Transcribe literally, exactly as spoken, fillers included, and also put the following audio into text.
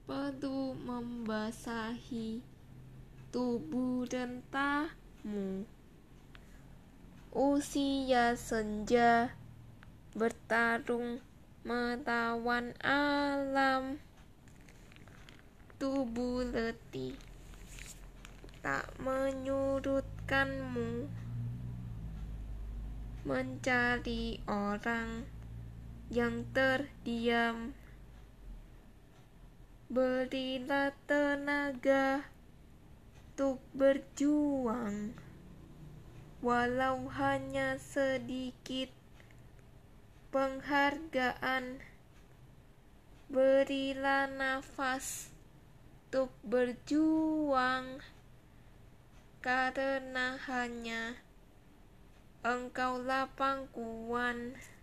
Pedu membasahi tubuh rentahmu. Usia senja bertarung melawan alam. Tubuh letih tak menyurutkanmu mencari orang yang terdiam. Berilah tenaga untuk berjuang, walau hanya sedikit penghargaan. Berilah nafas untuk berjuang, karena hanya Engkaulah pangkuan